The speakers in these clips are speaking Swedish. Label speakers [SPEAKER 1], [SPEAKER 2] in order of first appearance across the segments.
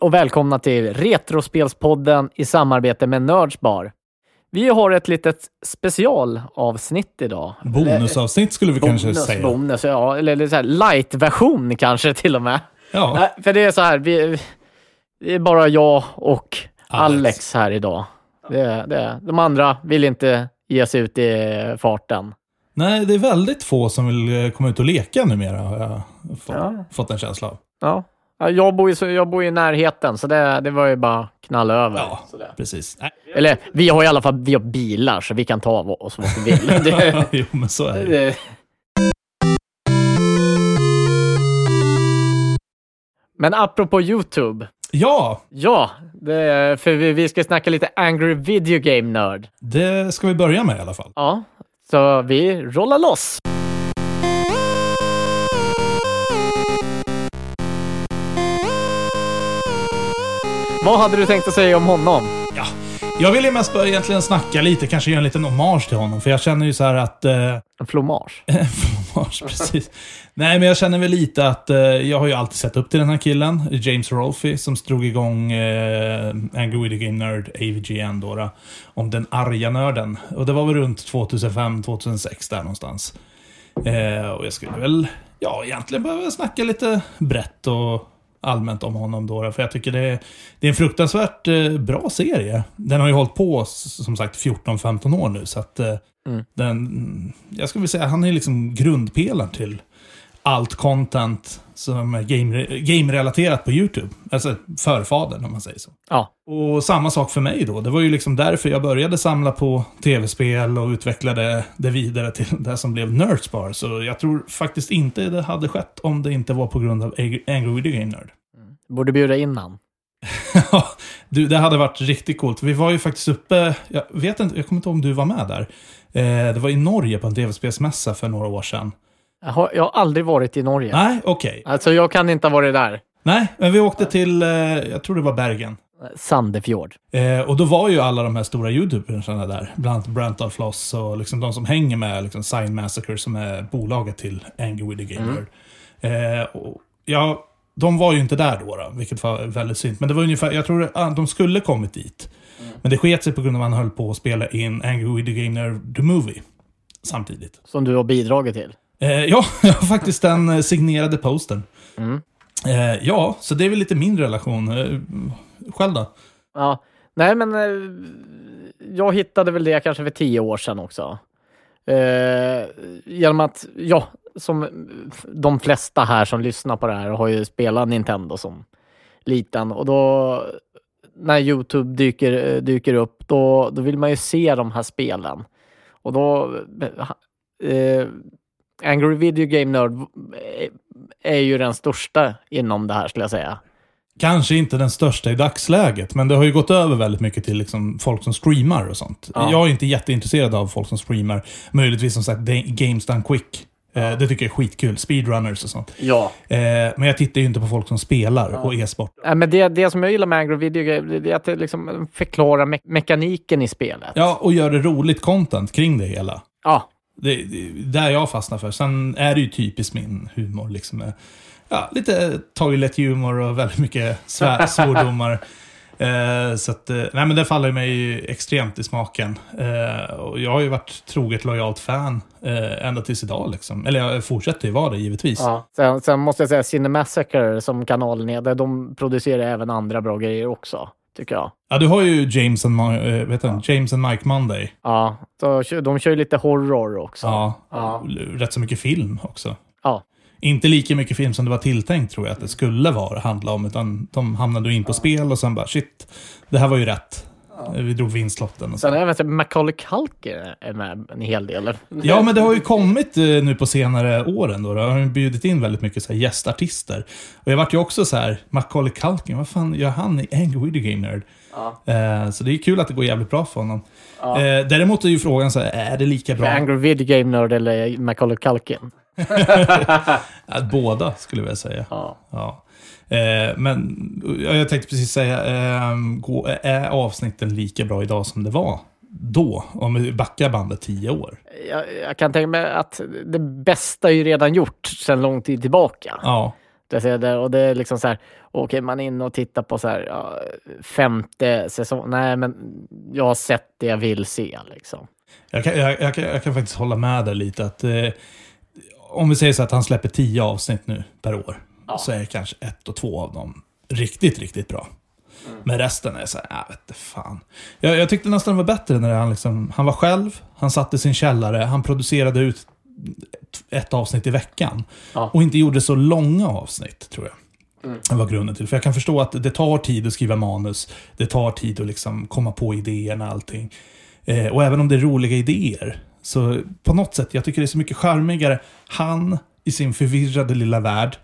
[SPEAKER 1] och välkomna till Retrospelspodden i samarbete med Nerdsbar. Vi har ett litet specialavsnitt idag.
[SPEAKER 2] Bonusavsnitt skulle vi kanske säga.
[SPEAKER 1] Bonus, ja. Eller så här light-version kanske till och med.
[SPEAKER 2] Ja.
[SPEAKER 1] För det är så här, det är bara jag och Alex här idag. De andra vill inte ge sig ut i farten.
[SPEAKER 2] Nej, det är väldigt få som vill komma ut och leka numera, har jag fått en känsla av.
[SPEAKER 1] Ja. Jag bor i närheten, så det var ju bara knalla över.
[SPEAKER 2] Ja, precis. Nej.
[SPEAKER 1] Eller vi har i alla fall bilar, så vi kan ta oss vad vi vill.
[SPEAKER 2] Jo, men så är det.
[SPEAKER 1] Men apropå YouTube.
[SPEAKER 2] Ja,
[SPEAKER 1] för vi ska snacka lite Angry Video Game Nerd.
[SPEAKER 2] det ska vi börja med i alla fall.
[SPEAKER 1] Ja, så vi rollar loss. Vad hade du tänkt att säga om honom?
[SPEAKER 2] Ja, jag vill ju mest börja egentligen snacka lite, kanske göra en liten hommage till honom. För jag känner ju så här att...
[SPEAKER 1] En flommage.
[SPEAKER 2] Flommage, precis. Nej, men jag känner väl lite att jag har ju alltid sett upp till den här killen, James Rolfe, som drog igång Angry Video Game Nerd, AVGN då, om den arga nörden. Och det var väl runt 2005-2006 där någonstans. Och jag skulle väl, egentligen behöva snacka lite brett och allmänt om honom då, för jag tycker det är en fruktansvärt bra serie. Den har ju hållit på som sagt 14-15 år nu, så att jag skulle vilja säga han är liksom grundpelaren till allt content som är game-relaterat på YouTube. Alltså förfadern, om man säger så.
[SPEAKER 1] Ja.
[SPEAKER 2] Och samma sak för mig då. Det var ju liksom därför jag började samla på tv-spel och utvecklade det vidare till det som blev Nerdsbar. Så jag tror faktiskt inte det hade skett om det inte var på grund av Angry Video Game Nerd.
[SPEAKER 1] Borde bjuda innan.
[SPEAKER 2] Ja, det hade varit riktigt coolt. Vi var ju faktiskt uppe, jag kommer inte ihåg om du var med där. Det var i Norge på en tv-spelsmässa för några år sedan.
[SPEAKER 1] Jag har aldrig varit i Norge.
[SPEAKER 2] Nej, okej.
[SPEAKER 1] Alltså jag kan inte ha varit där.
[SPEAKER 2] Nej, men vi åkte till, jag tror det var Bergen.
[SPEAKER 1] Sandefjord.
[SPEAKER 2] Och då var ju alla de här stora YouTuberna där. Bland annat Brantal Floss och liksom de som hänger med liksom Sign Massacre, som är bolaget till Angry Video Game Nerd. De var ju inte där då, vilket var väldigt synd. Men det var ungefär, jag tror att de skulle kommit dit. Men det sket sig på grund av att man höll på att spela in Angry Video Game Nerd The Movie samtidigt.
[SPEAKER 1] Som du har bidragit till.
[SPEAKER 2] Ja, jag har faktiskt den signerade postern. Så det är väl lite min relation. Själv då?
[SPEAKER 1] Ja, nej men jag hittade väl det kanske för 10 år sedan också. Genom att, som de flesta här som lyssnar på det här har ju spelat Nintendo som liten. Och då, när YouTube dyker upp, då vill man ju se de här spelen. Och då... Angry Video Game Nerd är ju den största inom det här, skulle jag säga.
[SPEAKER 2] Kanske inte den största i dagsläget, men det har ju gått över väldigt mycket till liksom folk som streamar och sånt. Ja. Jag är inte jätteintresserad av folk som streamar. Möjligtvis som sagt Games Done Quick. Det tycker jag är skitkul. Speedrunners och sånt.
[SPEAKER 1] Ja.
[SPEAKER 2] Men jag tittar ju inte på folk som spelar och e-sport.
[SPEAKER 1] Men det som jag gillar med Angry Video Game, det är att det liksom förklarar mekaniken i spelet.
[SPEAKER 2] Ja, och gör det roligt content kring det hela.
[SPEAKER 1] Ja.
[SPEAKER 2] Det där jag fastnar för. Sen är det ju typiskt min humor liksom. Lite toilet humor och väldigt mycket svordomar. Så att, nej, men det faller mig extremt i smaken. Och jag har ju varit troget lojalt fan ända tills idag liksom. Eller jag fortsätter ju vara det, givetvis.
[SPEAKER 1] Ja. Sen måste jag säga Cinemassacre som kanalen är, där de producerar även andra bra grejer också, tycker jag.
[SPEAKER 2] Ja, du har ju James and Mike Monday.
[SPEAKER 1] Ja, så de kör ju lite horror också.
[SPEAKER 2] Ja. Rätt så mycket film också.
[SPEAKER 1] Ja.
[SPEAKER 2] Inte lika mycket film som det var tilltänkt, tror jag att det skulle handla om, utan de hamnade in på spel och sen bara shit, det här var ju rätt. Vi drog vinstlotten. Och
[SPEAKER 1] sen även Macaulay Culkin är med en hel del.
[SPEAKER 2] Ja, men det har ju kommit nu på senare åren då. Det har ju bjudit in väldigt mycket så här gästartister. Och jag vart ju också så här, Macaulay Culkin, vad fan gör han i Angry Video Game Nerd? Ja. Så det är kul att det går jävligt bra för honom. Ja. Däremot är ju frågan så här, är det lika bra?
[SPEAKER 1] Angry Video Game Nerd eller Macaulay Culkin?
[SPEAKER 2] Båda skulle jag säga. Ja. Men jag tänkte precis säga, är avsnitten lika bra idag som det var då, om vi backar bandet 10 år?
[SPEAKER 1] Jag kan tänka mig att det bästa är ju redan gjort sedan lång tid tillbaka.
[SPEAKER 2] Ja.
[SPEAKER 1] Och det är liksom så här, okej, man är inne och tittar på så här, 5:e säsong. Nej, men jag har sett det jag vill se liksom.
[SPEAKER 2] Jag kan faktiskt hålla med dig lite att om vi säger så att han släpper 10 avsnitt nu per år, så är kanske 1 och 2 av dem riktigt, riktigt bra. Men resten är så här, jag vet inte fan. Jag tyckte nästan det var bättre när han var själv, han satt i sin källare, han producerade ut 1 avsnitt i veckan. Och inte gjorde så långa avsnitt, tror jag. Det var grunden till. För jag kan förstå att det tar tid att skriva manus. Det tar tid att liksom komma på idéerna och allting. Och även om det är roliga idéer, så på något sätt, jag tycker det är så mycket charmigare. Han i sin förvirrade lilla värld.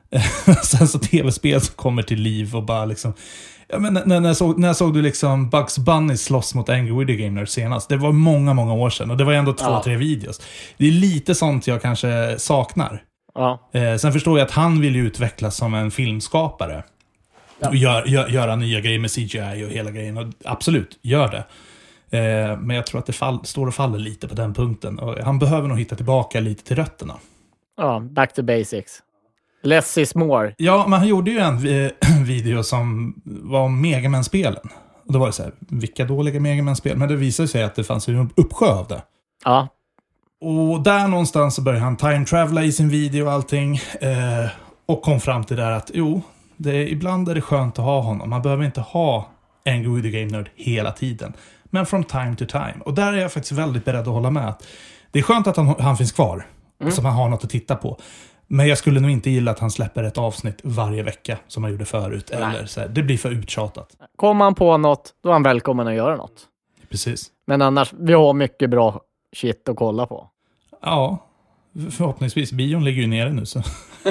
[SPEAKER 2] Sen så tv-spel som kommer till liv och bara liksom... Ja, men när såg du liksom Bugs Bunny slåss mot Angry Video Game Nerd senast? Det var många, många år sedan. Och det var ändå 2-3 videos. Det är lite sånt jag kanske saknar. Sen förstår jag att han vill utvecklas som en filmskapare. Och göra nya grejer med CGI och hela grejen. Och absolut, gör det. Men jag tror att det står och faller lite på den punkten. Och han behöver nog hitta tillbaka lite till rötterna.
[SPEAKER 1] Ja, back to basics. Less is more.
[SPEAKER 2] Ja, men han gjorde ju en video som var om Mega Man-spelen. Och då var det så här, vilka dåliga Mega Man-spel? Men det visade sig att det fanns en uppsjö av det.
[SPEAKER 1] Ja.
[SPEAKER 2] Och där någonstans så började han time-travela i sin video och allting. Och kom fram till där att ibland är det skönt att ha honom. Man behöver inte ha Angry Video Game Nerd hela tiden. Men from time to time. Och där är jag faktiskt väldigt beredd att hålla med. Det är skönt att han finns kvar. Så man har något att titta på. Men jag skulle nog inte gilla att han släpper ett avsnitt varje vecka som han gjorde förut. Eller så här, det blir för uttjatat.
[SPEAKER 1] Kommer han på något, då är han välkommen att göra något.
[SPEAKER 2] Precis.
[SPEAKER 1] Men annars, vi har mycket bra shit att kolla på.
[SPEAKER 2] Ja, förhoppningsvis. Bion ligger ju nere nu. Så.
[SPEAKER 1] Så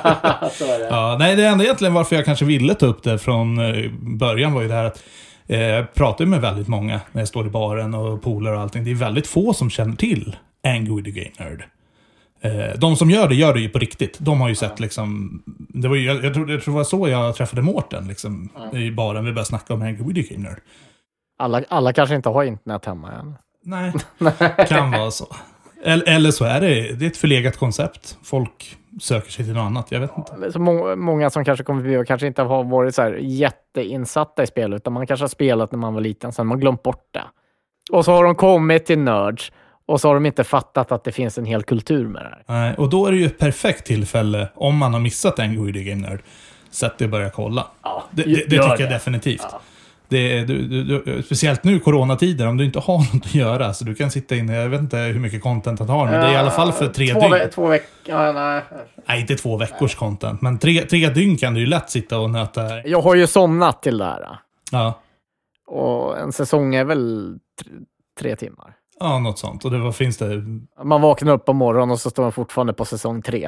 [SPEAKER 1] är det.
[SPEAKER 2] Ja, nej, det enda egentligen varför jag kanske ville ta upp det från början var ju det här att jag pratar med väldigt många när jag står i baren och polar och allting. Det är väldigt få som känner till Angry Video Game Nerd. De som gör det ju på riktigt. De har ju sett liksom... Det var ju, jag tror det var så jag träffade Mårten liksom, i baren. Vi började snacka om Angry Video Game Nerd.
[SPEAKER 1] Alla kanske inte har internet hemma än.
[SPEAKER 2] Nej, kan vara så. Eller så är det är ett förlegat koncept. Folk söker sig till något annat, jag vet inte.
[SPEAKER 1] Så många som kanske kommer förbi och kanske inte har varit så här jätteinsatta i spel, utan man kanske har spelat när man var liten, sen man glömt bort det. Och så har de kommit till nerds. Och så har de inte fattat att det finns en hel kultur med det här. Nej,
[SPEAKER 2] och då är det ju ett perfekt tillfälle, om man har missat en Video Game Nerd, så att det börjar kolla. Ja, det tycker jag definitivt. Ja. Speciellt nu, coronatider, om du inte har något att göra, så du kan sitta inne, jag vet inte hur mycket content han har, men det är i alla fall för 3 dygn.
[SPEAKER 1] 2 veckor,
[SPEAKER 2] nej, inte 2 veckors content, men 3 dygn kan du ju lätt sitta och nöta.
[SPEAKER 1] Jag har ju somnat till det här.
[SPEAKER 2] Ja.
[SPEAKER 1] Och en säsong är väl 3 timmar.
[SPEAKER 2] Ja, något sånt. Och vad finns det?
[SPEAKER 1] Man vaknar upp på morgonen och så står man fortfarande på säsong 3.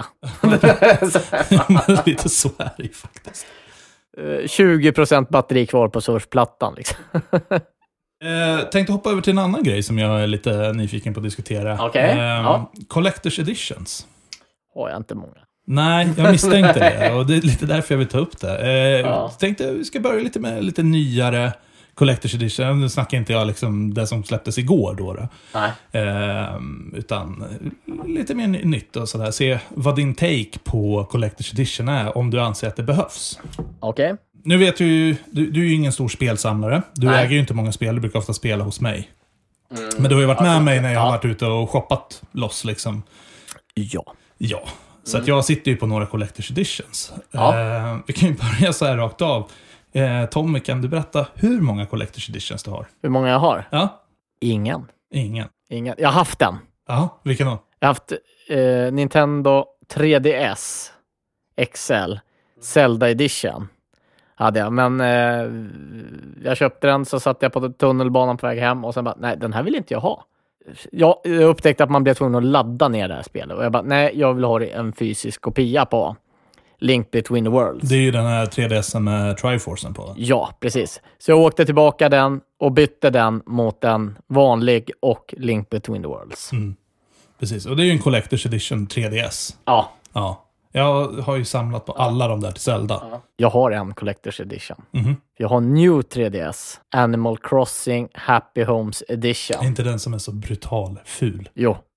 [SPEAKER 2] Lite så är det ju faktiskt.
[SPEAKER 1] 20% batteri kvar på surfplattan liksom.
[SPEAKER 2] Tänkte hoppa över till en annan grej som jag är lite nyfiken på att diskutera.
[SPEAKER 1] Okay.
[SPEAKER 2] Collector's Editions.
[SPEAKER 1] Har jag inte många.
[SPEAKER 2] Nej, jag misstänkte det. Och det är lite därför jag vill ta upp det. Tänkte vi ska börja lite med lite nyare Collector's Edition. Nu snackar inte jag liksom det som släpptes igår då.
[SPEAKER 1] Nej.
[SPEAKER 2] Utan lite mer nytt och sådär. Se vad din take på Collector's Edition är, om du anser att det behövs.
[SPEAKER 1] Okej. Okay.
[SPEAKER 2] Nu vet du är ju ingen stor spelsamlare. Du äger ju inte många spel, du brukar ofta spela hos mig. Men du har ju varit med mig när jag har varit ute och shoppat loss liksom. Ja. Så att jag sitter ju på några Collector's Editions. Vi kan ju börja så här rakt av. Tommy, kan du berätta hur många Collector's Editions du har?
[SPEAKER 1] Hur många jag har?
[SPEAKER 2] Ja.
[SPEAKER 1] Ingen. Jag har haft den.
[SPEAKER 2] Ja, vilken då?
[SPEAKER 1] Jag har haft Nintendo 3DS XL Zelda Edition. Hade jag, men jag köpte den, så satt jag på tunnelbanan på väg hem och sen bara, nej, den här vill inte jag ha. Jag upptäckte att man blev tvungen att ladda ner det här spelet och jag bara, nej, jag vill ha en fysisk kopia på Link Between the Worlds.
[SPEAKER 2] Det är ju den här 3DS med Triforcen på.
[SPEAKER 1] Ja, precis. Så jag åkte tillbaka den och bytte den mot en vanlig och Link Between the Worlds.
[SPEAKER 2] Precis, och det är ju en Collector's Edition 3DS.
[SPEAKER 1] Ja.
[SPEAKER 2] Jag har ju samlat på alla de där till Zelda.
[SPEAKER 1] Jag har en Collector's Edition. Jag har New 3DS Animal Crossing Happy Homes Edition.
[SPEAKER 2] Inte den som är så brutal ful.
[SPEAKER 1] Jo,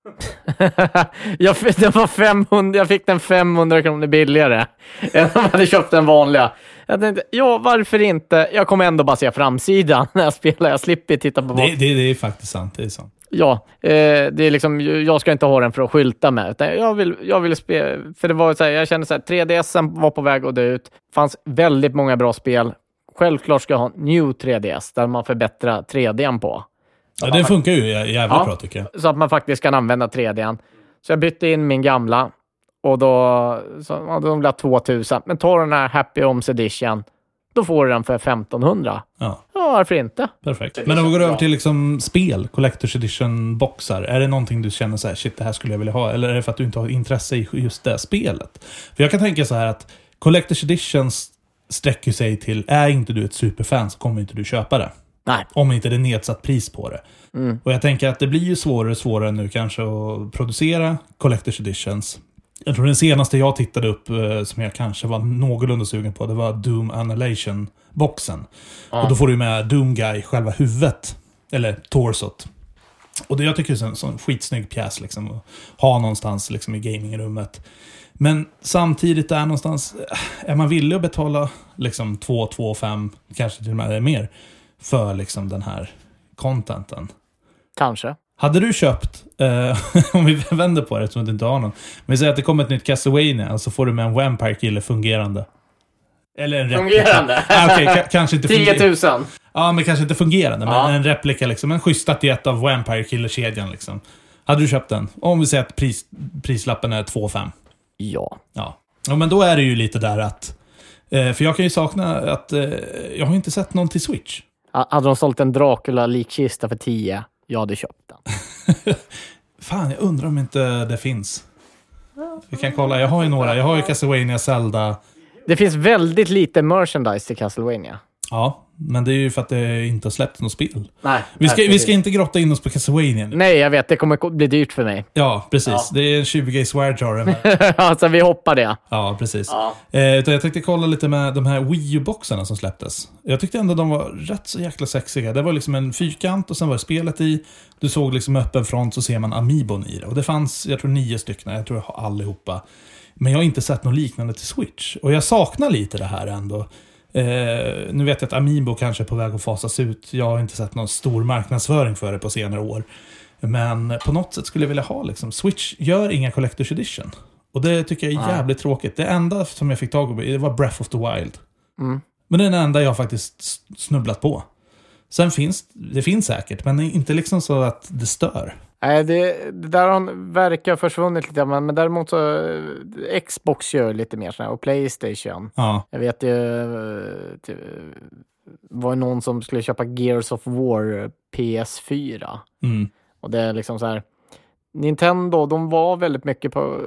[SPEAKER 1] Det var 500, jag fick den 500 kronor billigare än om jag hade köpt den vanliga. Jag tänkte, varför inte? Jag kommer ändå bara se framsidan när jag spelar. Jag slipper titta på
[SPEAKER 2] det är faktiskt sant, det är sant.
[SPEAKER 1] Ja, det är liksom, jag ska inte ha den för att skylta med, utan jag vill spela, för det var så här, jag kände så här, 3DS var på väg att dö ut. Fanns väldigt många bra spel. Självklart ska jag ha New 3DS där man förbättrar 3D:n på.
[SPEAKER 2] Ja, det funkar ju jävligt bra tycker jag.
[SPEAKER 1] Så att man faktiskt kan använda 3D:n. Så jag bytte in min gamla och då de blev 2000. Men tar den här Happy Homes Edition, då får du den för 1500.
[SPEAKER 2] Ja,
[SPEAKER 1] varför inte?
[SPEAKER 2] Perfekt. Men om vi går över till liksom spel, Collector's Edition-boxar. Är det någonting du känner så här, shit, det här skulle jag vilja ha? Eller är det för att du inte har intresse i just det spelet? För jag kan tänka så här att Collector's Editions sträcker sig till, är inte du ett superfan så kommer inte du köpa det.
[SPEAKER 1] Nej.
[SPEAKER 2] Om inte det är nedsatt pris på det. Och jag tänker att det blir ju svårare och svårare nu kanske att producera Collector's Editions. Jag tror den senaste jag tittade upp som jag kanske var någorlunda sugen på, det var Doom Annihilation-boxen. Och då får du med Doom Guy, själva huvudet. Eller torsot. Och det jag tycker är en sån skitsnygg pjäs liksom, att ha någonstans liksom, i gamingrummet. Men samtidigt är någonstans, är man villig att betala liksom 2, 5, kanske till och med mer för liksom den här contenten?
[SPEAKER 1] Kanske.
[SPEAKER 2] Hade du köpt, om vi vänder på det som du inte har någon, men vi säger att det kommer ett nytt Castlevania och så får du med en Vampire-kille fungerande. Eller en replika.
[SPEAKER 1] Fungerande?
[SPEAKER 2] Okay, kanske inte
[SPEAKER 1] 10 000.
[SPEAKER 2] Ja, men kanske inte fungerande, men en replika liksom, en schysst statyett av Vampire-killer-kedjan liksom. Hade du köpt den? Om vi säger att prislappen är 2,5.
[SPEAKER 1] Ja.
[SPEAKER 2] Ja, men då är det ju lite där att, för jag kan ju sakna att, jag har inte sett någon till Switch.
[SPEAKER 1] Hade de sålt en Dracula-likkista för 10, jag hade köpt den.
[SPEAKER 2] Fan, jag undrar om inte det finns. Vi kan kolla, jag har ju några. Jag har ju Castlevania, Zelda.
[SPEAKER 1] Det finns väldigt lite merchandise till Castlevania.
[SPEAKER 2] Ja, men det är ju för att det inte har släppt något spel.
[SPEAKER 1] Nej,
[SPEAKER 2] vi ska inte grotta in oss på Castlevania nu.
[SPEAKER 1] Nej, jag vet. Det kommer bli dyrt för mig.
[SPEAKER 2] Ja, precis. Ja. Det är en 20 swearjar.
[SPEAKER 1] Alltså, vi hoppar det.
[SPEAKER 2] Ja, precis. Ja. Jag tänkte kolla lite med de här Wii U-boxarna som släpptes. Jag tyckte ändå de var rätt så jäkla sexiga. Det var liksom en fyrkant och sen var det spelet i. Du såg liksom öppen front, så ser man Amiibon i det. Och det fanns, jag tror 9 stycken. Jag tror jag har allihopa. Men jag har inte sett något liknande till Switch. Och jag saknar lite det här ändå. Nu vet jag att Amiibo kanske är på väg att fasas ut. Jag har inte sett någon stor marknadsföring för det på senare år. Men på något sätt skulle jag vilja ha liksom, Switch gör inga Collector's Edition. Och det tycker jag är jävligt tråkigt. Det enda som jag fick tag på, det var Breath of the Wild. Men det är den enda jag faktiskt snubblat på. Sen det finns säkert, men inte liksom så att det stör.
[SPEAKER 1] Nej, det där verkar försvunnit lite, men däremot så Xbox gör lite mer sådär, och PlayStation.
[SPEAKER 2] Ja.
[SPEAKER 1] Jag vet ju, det var någon som skulle köpa Gears of War PS4. Och det är liksom så här, Nintendo, de var väldigt mycket på,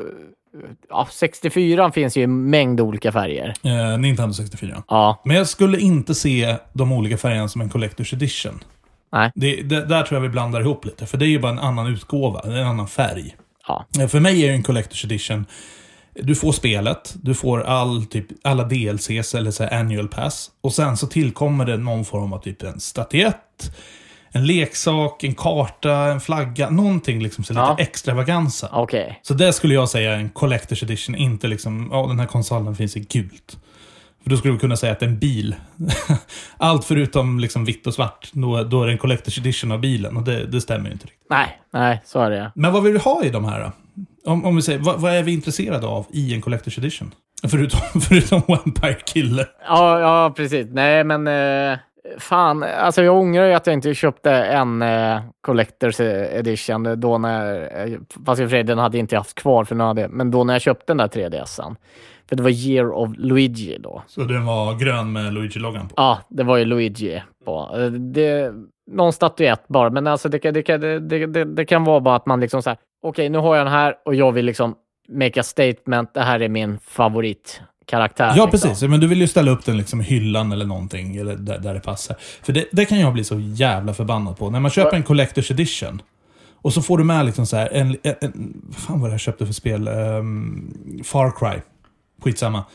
[SPEAKER 1] 64 finns ju en mängd olika färger.
[SPEAKER 2] Nintendo 64.
[SPEAKER 1] Ja.
[SPEAKER 2] Men jag skulle inte se de olika färgerna som en Collector's Edition.
[SPEAKER 1] Nej.
[SPEAKER 2] Där tror jag vi blandar ihop lite. För det är ju bara en annan utgåva, en annan färg.
[SPEAKER 1] Ja.
[SPEAKER 2] För mig är det en Collector's Edition. Du får spelet, du får alla DLCs eller så här annual pass. Och sen så tillkommer det någon form av typ en statyett, en leksak, en karta, en flagga, någonting liksom så lite extravaganza.
[SPEAKER 1] Okay.
[SPEAKER 2] Så det skulle jag säga är en Collector's Edition, inte liksom, den här konsolen finns i gult. För då skulle vi kunna säga att en bil, allt förutom liksom vitt och svart, då är det en Collector's Edition av bilen, och det stämmer ju inte riktigt.
[SPEAKER 1] Nej, så är det.
[SPEAKER 2] Men vad vill vi ha i de här då? Om vi säger, vad är vi intresserade av i en Collector's Edition? Förutom Vampire Killer. Ja,
[SPEAKER 1] precis. Nej, men fan, alltså jag ångrar ju att jag inte köpte en Collector's Edition då fast i och för sig den hade inte haft kvar för något, men då när jag köpte den där 3DS:en. För det var Year of Luigi då.
[SPEAKER 2] Så den var grön med Luigi-loggan på?
[SPEAKER 1] Ja, det var ju Luigi på. Någon statyett bara, men alltså det kan vara bara att man liksom så här, okej, nu har jag den här och jag vill liksom make a statement, det här är min favoritkaraktär.
[SPEAKER 2] Ja,
[SPEAKER 1] liksom.
[SPEAKER 2] Precis. Men du vill ju ställa upp den liksom i hyllan eller någonting, eller där det passar. För det kan jag bli så jävla förbannad på. När man köper en Collector's Edition och så får du med liksom så här fan vad jag köpte för spel, Far Cry. Skitsamma.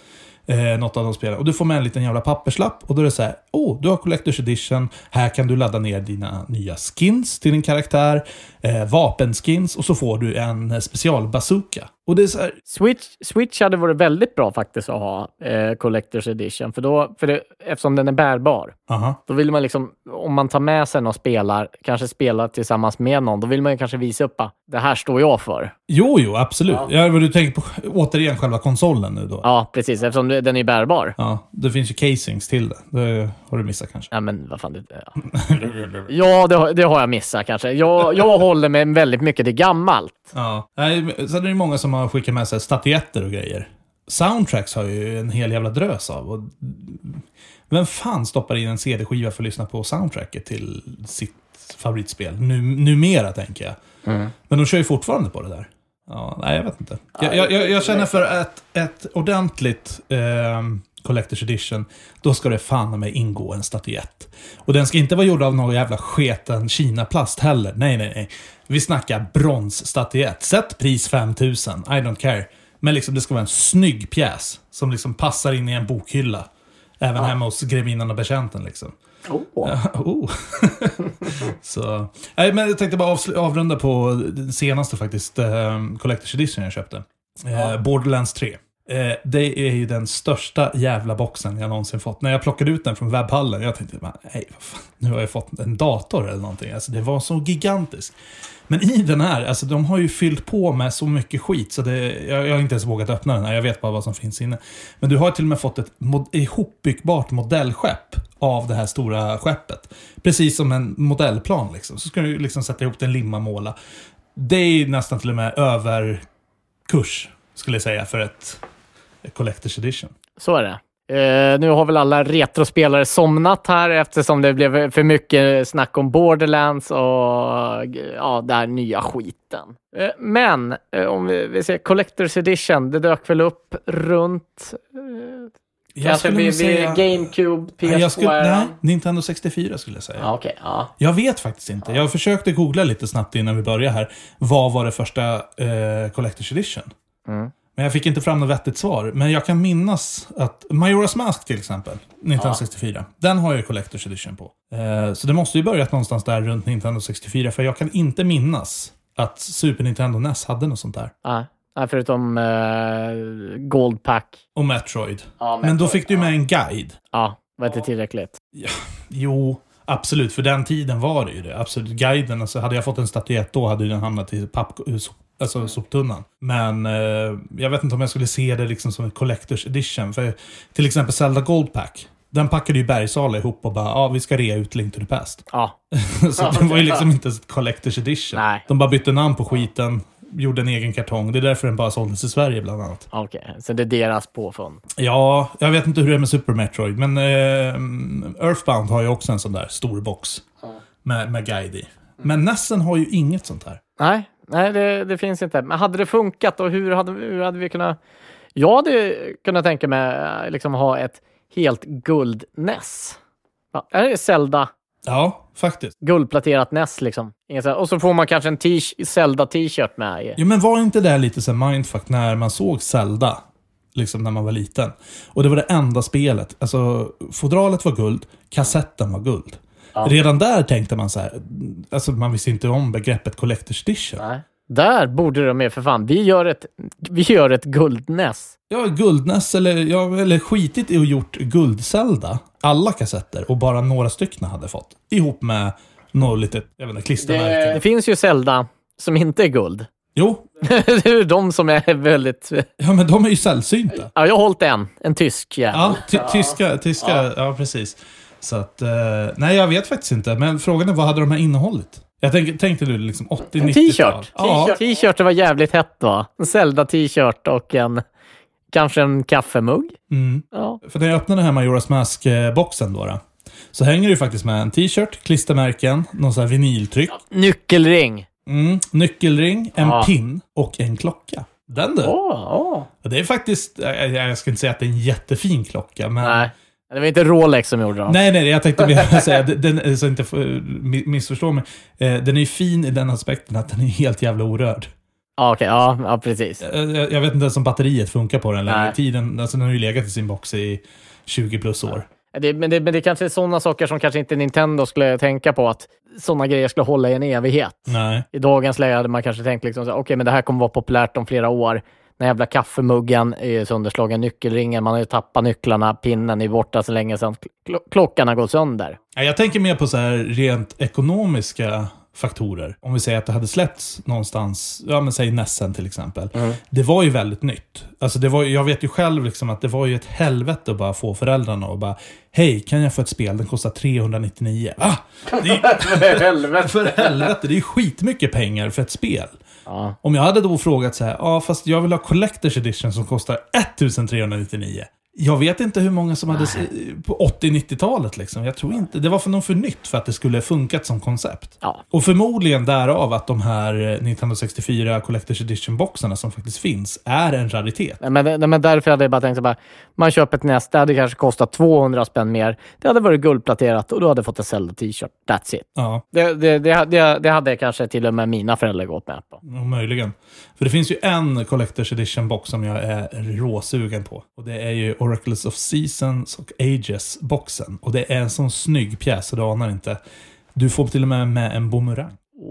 [SPEAKER 2] något av de spelen. Och du får med en liten jävla papperslapp. Och då är det så här, du har Collector's Edition. Här kan du ladda ner dina nya skins till din karaktär. Vapenskins. Och så får du en specialbazooka. Och det är så här...
[SPEAKER 1] Switch hade varit väldigt bra faktiskt att ha Collector's Edition. Eftersom den är bärbar. Då vill man liksom, om man tar med sig någon kanske spelar tillsammans med någon, då vill man ju kanske visa upp att det här står jag för.
[SPEAKER 2] Jo, absolut. Ja, du tänker på återigen själva konsolen nu då.
[SPEAKER 1] Ja, precis. Eftersom den är bärbar.
[SPEAKER 2] Ja, det finns ju casings till det. Det har du missat kanske.
[SPEAKER 1] Ja, men vad fan. Ja, det har jag missat kanske. Jag håller mig väldigt mycket till gammalt.
[SPEAKER 2] Ja, så är det ju många som har skickat med sig statyetter och grejer. Soundtracks har ju en hel jävla drös av. Och vem fan stoppar in en CD-skiva för att lyssna på soundtracket till sitt favoritspel? Numera, tänker jag. Men de kör ju fortfarande på det där. Ja, nej, jag vet inte. Jag känner för ett ordentligt Collector's Edition, då ska det fan med ingå en statyett. Och den ska inte vara gjord av någon jävla sketen Kina-plast heller. Nej. Vi snackar bronsstatyett. Sätt pris 5000. I don't care. Men liksom det ska vara en snygg pjäs som liksom passar in i en bokhylla. Även hemma hos grevinnan och betjänten liksom. Så, nej, men jag tänkte bara avrunda på den senaste faktiskt Collector's Edition jag köpte. Borderlands 3. Det är ju den största jävla boxen jag någonsin fått. När jag plockade ut den från webbhallen, jag tänkte, nej, vad fan, nu har jag fått en dator eller någonting. Alltså, det var så gigantiskt. Men i den här, alltså de har ju fyllt på med så mycket skit så jag har inte ens vågat öppna den här. Jag vet bara vad som finns inne. Men du har till och med fått ett ihopbyggbart modellskepp av det här stora skeppet. Precis som en modellplan liksom. Så ska du liksom sätta ihop den, limma, måla. Det är nästan till och med överkurs, skulle jag säga, för ett Collector's Edition.
[SPEAKER 1] Så är det. Nu har väl alla retrospelare somnat här eftersom det blev för mycket snack om Borderlands och den här nya skiten. Men om vi ser Collector's Edition, det dök väl upp runt kanske vid GameCube, PS4.
[SPEAKER 2] Nej, Nintendo 64 skulle jag säga.
[SPEAKER 1] Okay, ja.
[SPEAKER 2] Jag vet faktiskt inte. Jag försökte googla lite snabbt innan vi började här. Vad var det första Collector's Edition? Men jag fick inte fram något vettigt svar. Men jag kan minnas att Majora's Mask till exempel, 1964, den har ju Collector's Edition på. Så det måste ju börjat någonstans där runt Nintendo 64. För jag kan inte minnas att Super Nintendo NES hade något sånt där.
[SPEAKER 1] Ja, förutom Gold Pack.
[SPEAKER 2] Och Metroid. Men då fick du med en guide.
[SPEAKER 1] Ja, var inte tillräckligt.
[SPEAKER 2] Ja, jo, absolut. För den tiden var det ju det. Absolut. Guiden, alltså hade jag fått en statyett då hade den hamnat i soptunnan. Men jag vet inte om jag skulle se det liksom som en Collector's Edition. För till exempel Zelda Gold Pack, den packade ju Bergsala ihop och bara, vi ska rea ut Link to the Past.
[SPEAKER 1] Ja.
[SPEAKER 2] Så det var ju liksom inte ett Collector's Edition.
[SPEAKER 1] Nej.
[SPEAKER 2] De bara bytte namn på skiten, gjorde en egen kartong. Det är därför den bara såldes i Sverige bland annat.
[SPEAKER 1] Okej, så det är deras påfund.
[SPEAKER 2] Ja, jag vet inte hur det är med Super Metroid. Men Earthbound har ju också en sån där stor box med guide i. Men Nessen har ju inget sånt här.
[SPEAKER 1] Nej, det finns inte. Men hade det funkat och hur hade vi kunnat... Jag hade kunnat tänka mig liksom ha ett helt guld-NES. Ja, är det Zelda?
[SPEAKER 2] Ja, faktiskt.
[SPEAKER 1] Guldplaterat NES liksom. Och så får man kanske en Zelda-t-shirt med.
[SPEAKER 2] Jo, men var inte det lite så mindfuck när man såg Zelda liksom när man var liten? Och det var det enda spelet. Alltså, fodralet var guld, kassetten var guld. Ja. Redan där tänkte man så här, alltså man visste inte om begreppet Collector's Edition.
[SPEAKER 1] Nej. Där borde de med för fan. Vi gör ett guldnäs.
[SPEAKER 2] Ja, guldnäs eller skitit i och gjort guldzelda. Alla kassetter och bara några stycken hade fått. Ihop med något litet, jag vet inte, klistermärken.
[SPEAKER 1] Det finns ju Zelda som inte är guld.
[SPEAKER 2] Jo.
[SPEAKER 1] Det är de som är väldigt...
[SPEAKER 2] Ja, men de är ju sällsynta.
[SPEAKER 1] Ja, jag har hållit en tysk jävel.
[SPEAKER 2] Ja, tyska, ja precis. Så att, nej jag vet faktiskt inte. Men frågan är, vad hade de här innehållit? Jag tänkte du liksom 80-90-tal.
[SPEAKER 1] En t-shirt. Ja. T-shirt var jävligt hett va? En Zelda t-shirt och kanske en kaffemugg. Ja.
[SPEAKER 2] För när jag öppnade den här Majora's Mask-boxen då, så hänger det ju faktiskt med en t-shirt, klistermärken, någon sån här vinyltryck.
[SPEAKER 1] Nyckelring.
[SPEAKER 2] Nyckelring, en pin och en klocka. Den du. Och det är faktiskt, jag ska inte säga att det är en jättefin klocka, men...
[SPEAKER 1] Nej. Det var inte Rolex som gjorde det.
[SPEAKER 2] Nej, jag tänkte mer säga, den, så inte missförstå mig. Den är ju fin i den aspekten att den är helt jävla orörd.
[SPEAKER 1] Ja, okej. Ja, precis.
[SPEAKER 2] Jag vet inte ens om batteriet funkar på den längre.
[SPEAKER 1] Nej.
[SPEAKER 2] Tiden, alltså den har ju legat i sin box i 20 plus år.
[SPEAKER 1] Men det kanske är sådana saker som kanske inte Nintendo skulle tänka på, att sådana grejer skulle hålla i en evighet.
[SPEAKER 2] Nej.
[SPEAKER 1] I dagens läge hade man kanske tänkt liksom, okej, men det här kommer vara populärt om flera år. Den jävla kaffemuggen är ju sönderslagen, nyckelringen, man har ju tappat nycklarna, pinnen är borta så länge sedan klockan har gått sönder.
[SPEAKER 2] Jag tänker mer på så här rent ekonomiska faktorer. Om vi säger att det hade släppts någonstans, ja men säg Nessen till exempel. Det var ju väldigt nytt. Alltså jag vet ju själv liksom att det var ju ett helvete att bara få föräldrarna och bara, hej, kan jag få ett spel? Den kostar 399. För helvete, det är ju skitmycket pengar för ett spel.
[SPEAKER 1] Ja.
[SPEAKER 2] Om jag hade då frågat så här, fast jag vill ha Collector's Edition som kostar 1399. Jag vet inte hur många som hade på 80-90-talet liksom. Jag tror inte, det var för nytt för att det skulle funkat som koncept.
[SPEAKER 1] Ja.
[SPEAKER 2] Och förmodligen därav att de här Nintendo 64 Collector's Edition-boxarna som faktiskt finns är en raritet.
[SPEAKER 1] Men därför hade jag bara tänkt så bara, man köper ett NES, det hade kanske kostat 200 spänn mer. Det hade varit guldplaterat och du hade fått en Zelda t-shirt. That's it.
[SPEAKER 2] Ja.
[SPEAKER 1] Det hade kanske till och med mina föräldrar gått med på.
[SPEAKER 2] Möjligen. För det finns ju en Collector's Edition-box som jag är råsugen på. Och det är ju Oracles of Seasons och Ages-boxen. Och det är en sån snygg pjäs, så du anar inte. Du får till och med en boomerang.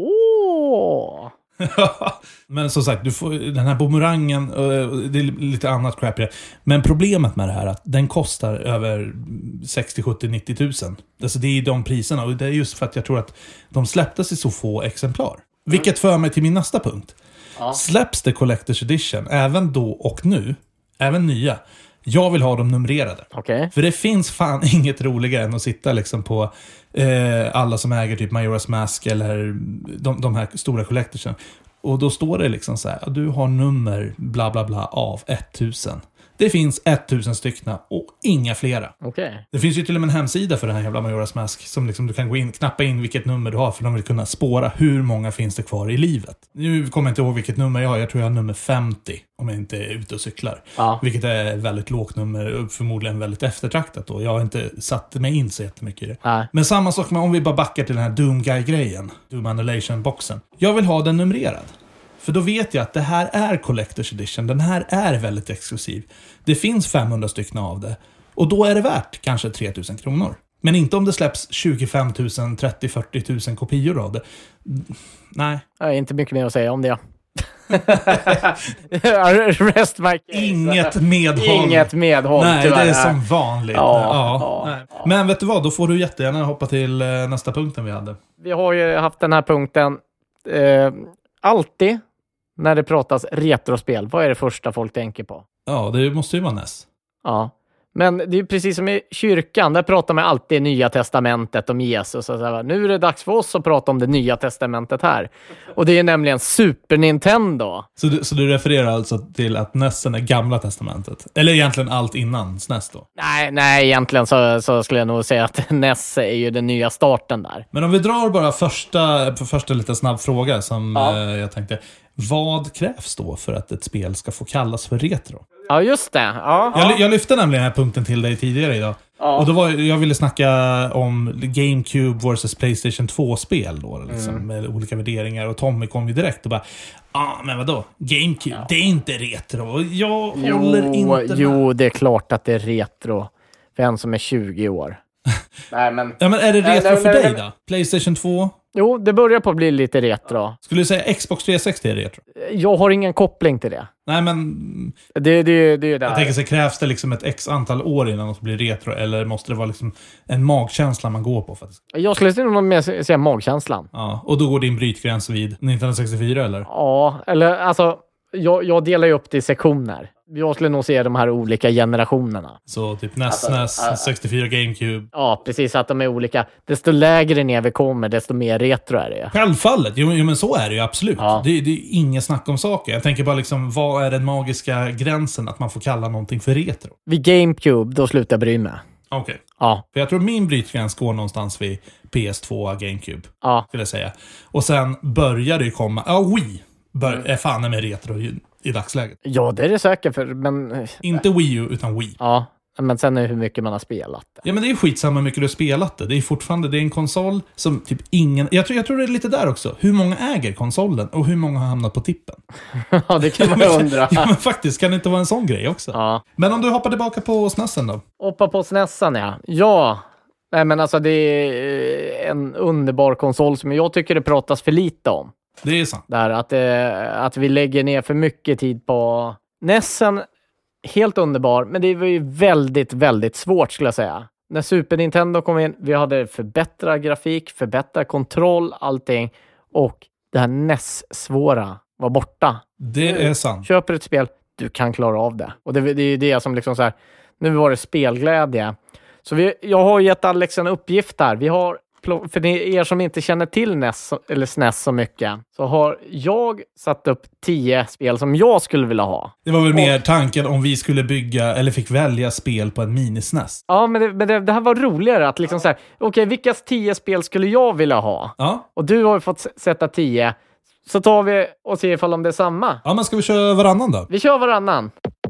[SPEAKER 1] Åh!
[SPEAKER 2] Men som sagt, du får den här boomerangen, det är lite annat crap. Men problemet med det här är att den kostar över 60, 70, 90 tusen. Alltså det är de priserna, och det är just för att jag tror att de släpptes i så få exemplar. Vilket för mig till min nästa punkt.
[SPEAKER 1] Ja.
[SPEAKER 2] Släpps det Collector's Edition även då och nu, även nya, jag vill ha dem numrerade.
[SPEAKER 1] Okay.
[SPEAKER 2] För det finns fan inget roligare än att sitta liksom på alla som äger typ Majora's Mask eller de här stora collectorsen. Och då står det liksom så här, du har nummer bla bla bla av 1000. Det finns 1000 styckna och inga flera.
[SPEAKER 1] Okay.
[SPEAKER 2] Det finns ju till och med en hemsida för den här jävla Majora's Mask som liksom du kan gå in, knappa in vilket nummer du har, för de vill kunna spåra hur många finns det kvar i livet. Nu kommer jag inte ihåg vilket nummer jag har. Jag tror jag har nummer 50 om jag inte är ute och cyklar. Ja. Vilket är ett väldigt lågt nummer och förmodligen väldigt eftertraktat då. Jag har inte satt mig in så jättemycket i det.
[SPEAKER 1] Nej.
[SPEAKER 2] Men samma sak med om vi bara backar till den här Doom Guy-grejen. Doom Annihilation-boxen. Jag vill ha den numrerad. För då vet jag att det här är Collector's Edition. Den här är väldigt exklusiv. Det finns 500 stycken av det. Och då är det värt kanske 3000 kronor. Men inte om det släpps 25 000, 30, 40 000 kopior av det. Nej.
[SPEAKER 1] Inte mycket mer att säga om det. Rest my case.
[SPEAKER 2] Inget medhåll.
[SPEAKER 1] Inget medhåll.
[SPEAKER 2] Nej,
[SPEAKER 1] tyvärr.
[SPEAKER 2] Det är som vanligt. Ja. Men vet du vad? Då får du jättegärna hoppa till nästa punkten vi hade.
[SPEAKER 1] Vi har ju haft den här punkten... alltid när det pratas retrospel, vad är det första folk tänker på?
[SPEAKER 2] Ja, det måste ju vara NES.
[SPEAKER 1] Ja, men det är ju precis som i kyrkan, där pratar man alltid Nya Testamentet om Jesus. Och så nu är det dags för oss att prata om det Nya Testamentet här. Och det är nämligen Super Nintendo.
[SPEAKER 2] Så du refererar alltså till att NESen är Gamla Testamentet? Eller egentligen allt innan SNES då?
[SPEAKER 1] Nej, egentligen så skulle jag nog säga att NES är ju den nya starten där.
[SPEAKER 2] Men om vi drar bara första lite snabb fråga som jag tänkte. Vad krävs då för att ett spel ska få kallas för retro?
[SPEAKER 1] Ja, just det. Ja.
[SPEAKER 2] Jag lyfte nämligen den här punkten till dig tidigare idag. Ja. Och då jag ville snacka om GameCube versus PlayStation 2-spel då, liksom, med olika värderingar. Och Tommy kom ju direkt och bara, men vadå? GameCube, det är inte retro. Jag håller inte med.
[SPEAKER 1] Jo, det är klart att det är retro. För en som är 20 år.
[SPEAKER 2] Nej, men... Ja, men är det retro för dig då? PlayStation 2?
[SPEAKER 1] Jo, det börjar på att bli lite retro.
[SPEAKER 2] Skulle du säga Xbox 360 är retro?
[SPEAKER 1] Jag har ingen koppling till det.
[SPEAKER 2] Nej, men...
[SPEAKER 1] Det är där.
[SPEAKER 2] Jag tänker sig, krävs det liksom ett x antal år innan det blir retro? Eller måste det vara liksom en magkänsla man går på? För att...
[SPEAKER 1] Jag skulle säga magkänslan.
[SPEAKER 2] Ja, och då går din brytgräns vid 1964, eller?
[SPEAKER 1] Ja, eller alltså... Jag delar ju upp det i sektioner. Jag skulle nog se de här olika generationerna.
[SPEAKER 2] Så typ NES, 64 GameCube.
[SPEAKER 1] Ja, precis, att de är olika. Desto lägre ner vi kommer, desto mer retro är det.
[SPEAKER 2] Självfallet, jo men så är det ju absolut. Ja. Det är inget snack om saker. Jag tänker bara liksom, vad är den magiska gränsen att man får kalla någonting för retro?
[SPEAKER 1] Vid GameCube, då slutar jag bry mig.
[SPEAKER 2] Okej.
[SPEAKER 1] Ja.
[SPEAKER 2] För jag tror min brytgräns går någonstans vid PS2 GameCube.
[SPEAKER 1] Ja.
[SPEAKER 2] Skulle jag säga. Och sen börjar det ju komma... Wii är fan med retro i dagsläget.
[SPEAKER 1] Ja, det är det säkert, men...
[SPEAKER 2] Inte Wii U, utan Wii.
[SPEAKER 1] Ja. Men sen är det hur mycket man har spelat det.
[SPEAKER 2] Ja, men det är skitsamma hur mycket du har spelat det. Det är fortfarande, det är en konsol som typ ingen... Jag tror det är lite där också. Hur många äger konsolen och hur många har hamnat på tippen?
[SPEAKER 1] Ja, det kan man undra.
[SPEAKER 2] Ja, men faktiskt, kan det inte vara en sån grej också?
[SPEAKER 1] Ja.
[SPEAKER 2] Men om du hoppar tillbaka på SNESen då?
[SPEAKER 1] Hoppa på SNESen, ja. Ja. Nej, men alltså det är en underbar konsol som jag tycker det pratas för lite om.
[SPEAKER 2] Det är sant.
[SPEAKER 1] Där att vi lägger ner för mycket tid på NESen. Helt underbar, men det var ju väldigt, väldigt svårt skulle jag säga. När Super Nintendo kom in, vi hade förbättrad grafik, förbättrad kontroll, allting. Och det här NES-svåra var borta.
[SPEAKER 2] Det är sant.
[SPEAKER 1] Köper ett spel, du kan klara av det. Och det är ju det som liksom så här, nu var det spelglädje. Så jag har gett Alex en uppgift där. Vi har, för er som inte känner till NES eller SNES så mycket, så har jag satt upp 10 spel som jag skulle vilja ha.
[SPEAKER 2] Det var väl mer tanken om vi skulle bygga eller fick välja spel på en mini-SNES.
[SPEAKER 1] Ja, men det här var roligare att liksom så här, okej, vilka 10 spel skulle jag vilja ha?
[SPEAKER 2] Ja.
[SPEAKER 1] Och du har ju fått sätta 10. Så tar vi och ser ifall om det är samma.
[SPEAKER 2] Ja, men ska vi köra varannan då?
[SPEAKER 1] Vi kör varannan.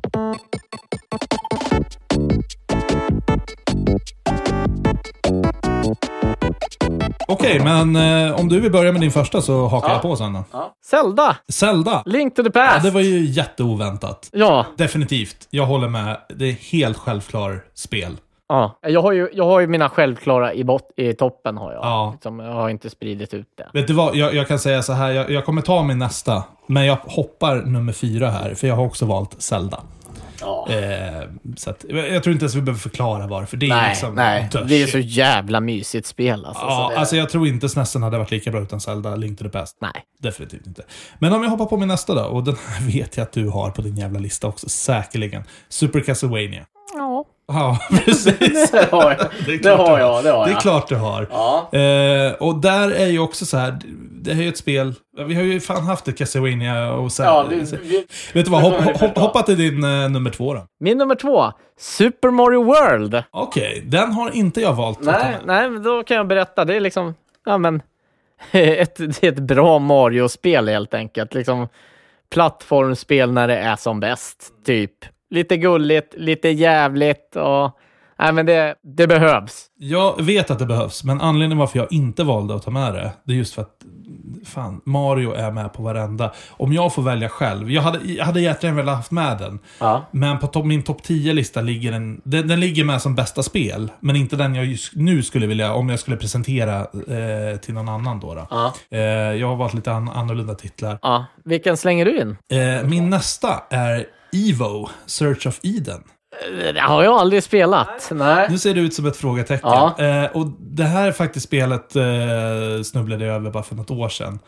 [SPEAKER 2] Okej, men om du vill börja med din första så hakar jag på sen då.
[SPEAKER 1] Ja. Zelda. Link to the Past.
[SPEAKER 2] Ja, det var ju jätteoväntat.
[SPEAKER 1] Ja.
[SPEAKER 2] Definitivt. Jag håller med. Det är helt självklar spel.
[SPEAKER 1] Ja. Jag har ju mina självklara i toppen har jag.
[SPEAKER 2] Ja.
[SPEAKER 1] Liksom, jag har inte spridit ut det.
[SPEAKER 2] Vet du vad? Jag kan säga så här. Jag kommer ta min nästa. Men jag hoppar nummer 4 här. För jag har också valt Zelda.
[SPEAKER 1] Ja.
[SPEAKER 2] Så att, jag tror inte ens vi behöver förklara varför. Det är liksom
[SPEAKER 1] det är så jävla mysigt spel. Alltså,
[SPEAKER 2] ja, alltså jag tror inte SNESen hade varit lika bra utan Zelda Link to the Past.
[SPEAKER 1] Nej.
[SPEAKER 2] Definitivt inte. Men om jag hoppar på min nästa då. Och den här vet jag att du har på din jävla lista också. Säkerligen. Super Castlevania.
[SPEAKER 1] Ja.
[SPEAKER 2] Ja, precis.
[SPEAKER 1] Det har jag.
[SPEAKER 2] Det är klart du har.
[SPEAKER 1] Ja.
[SPEAKER 2] Och där är ju också så här. Det är ju ett spel. Vi har ju fan haft ett Castlevania och så här.
[SPEAKER 1] Ja,
[SPEAKER 2] vet du vad? Hoppa till din nummer 2 då.
[SPEAKER 1] Min nummer 2. Super Mario World.
[SPEAKER 2] Okej, den har inte jag valt.
[SPEAKER 1] Nej, men då kan jag berätta. Det är liksom, ja men, det är ett bra Mario-spel helt enkelt. Liksom plattformsspel när det är som bäst, typ. Lite gulligt, lite jävligt och... Nej, men det behövs.
[SPEAKER 2] Jag vet att det behövs, men anledningen varför jag inte valde att ta med det är just för att fan, Mario är med på varenda. Om jag får välja själv, jag hade jättegärna velat haft med den. Ja. Men på min topp 10-lista ligger den ligger med som bästa spel, men inte den jag just nu skulle vilja, om jag skulle presentera till någon annan då. Ja. Jag har valt lite annorlunda titlar.
[SPEAKER 1] Ja. Vilken slänger du in?
[SPEAKER 2] Min nästa är Evo, Search of Eden.
[SPEAKER 1] Det har jag aldrig spelat. Nej.
[SPEAKER 2] Nu ser det ut som ett frågetecken. Ja. Och det här är faktiskt spelet snubblade jag över bara för något år sedan.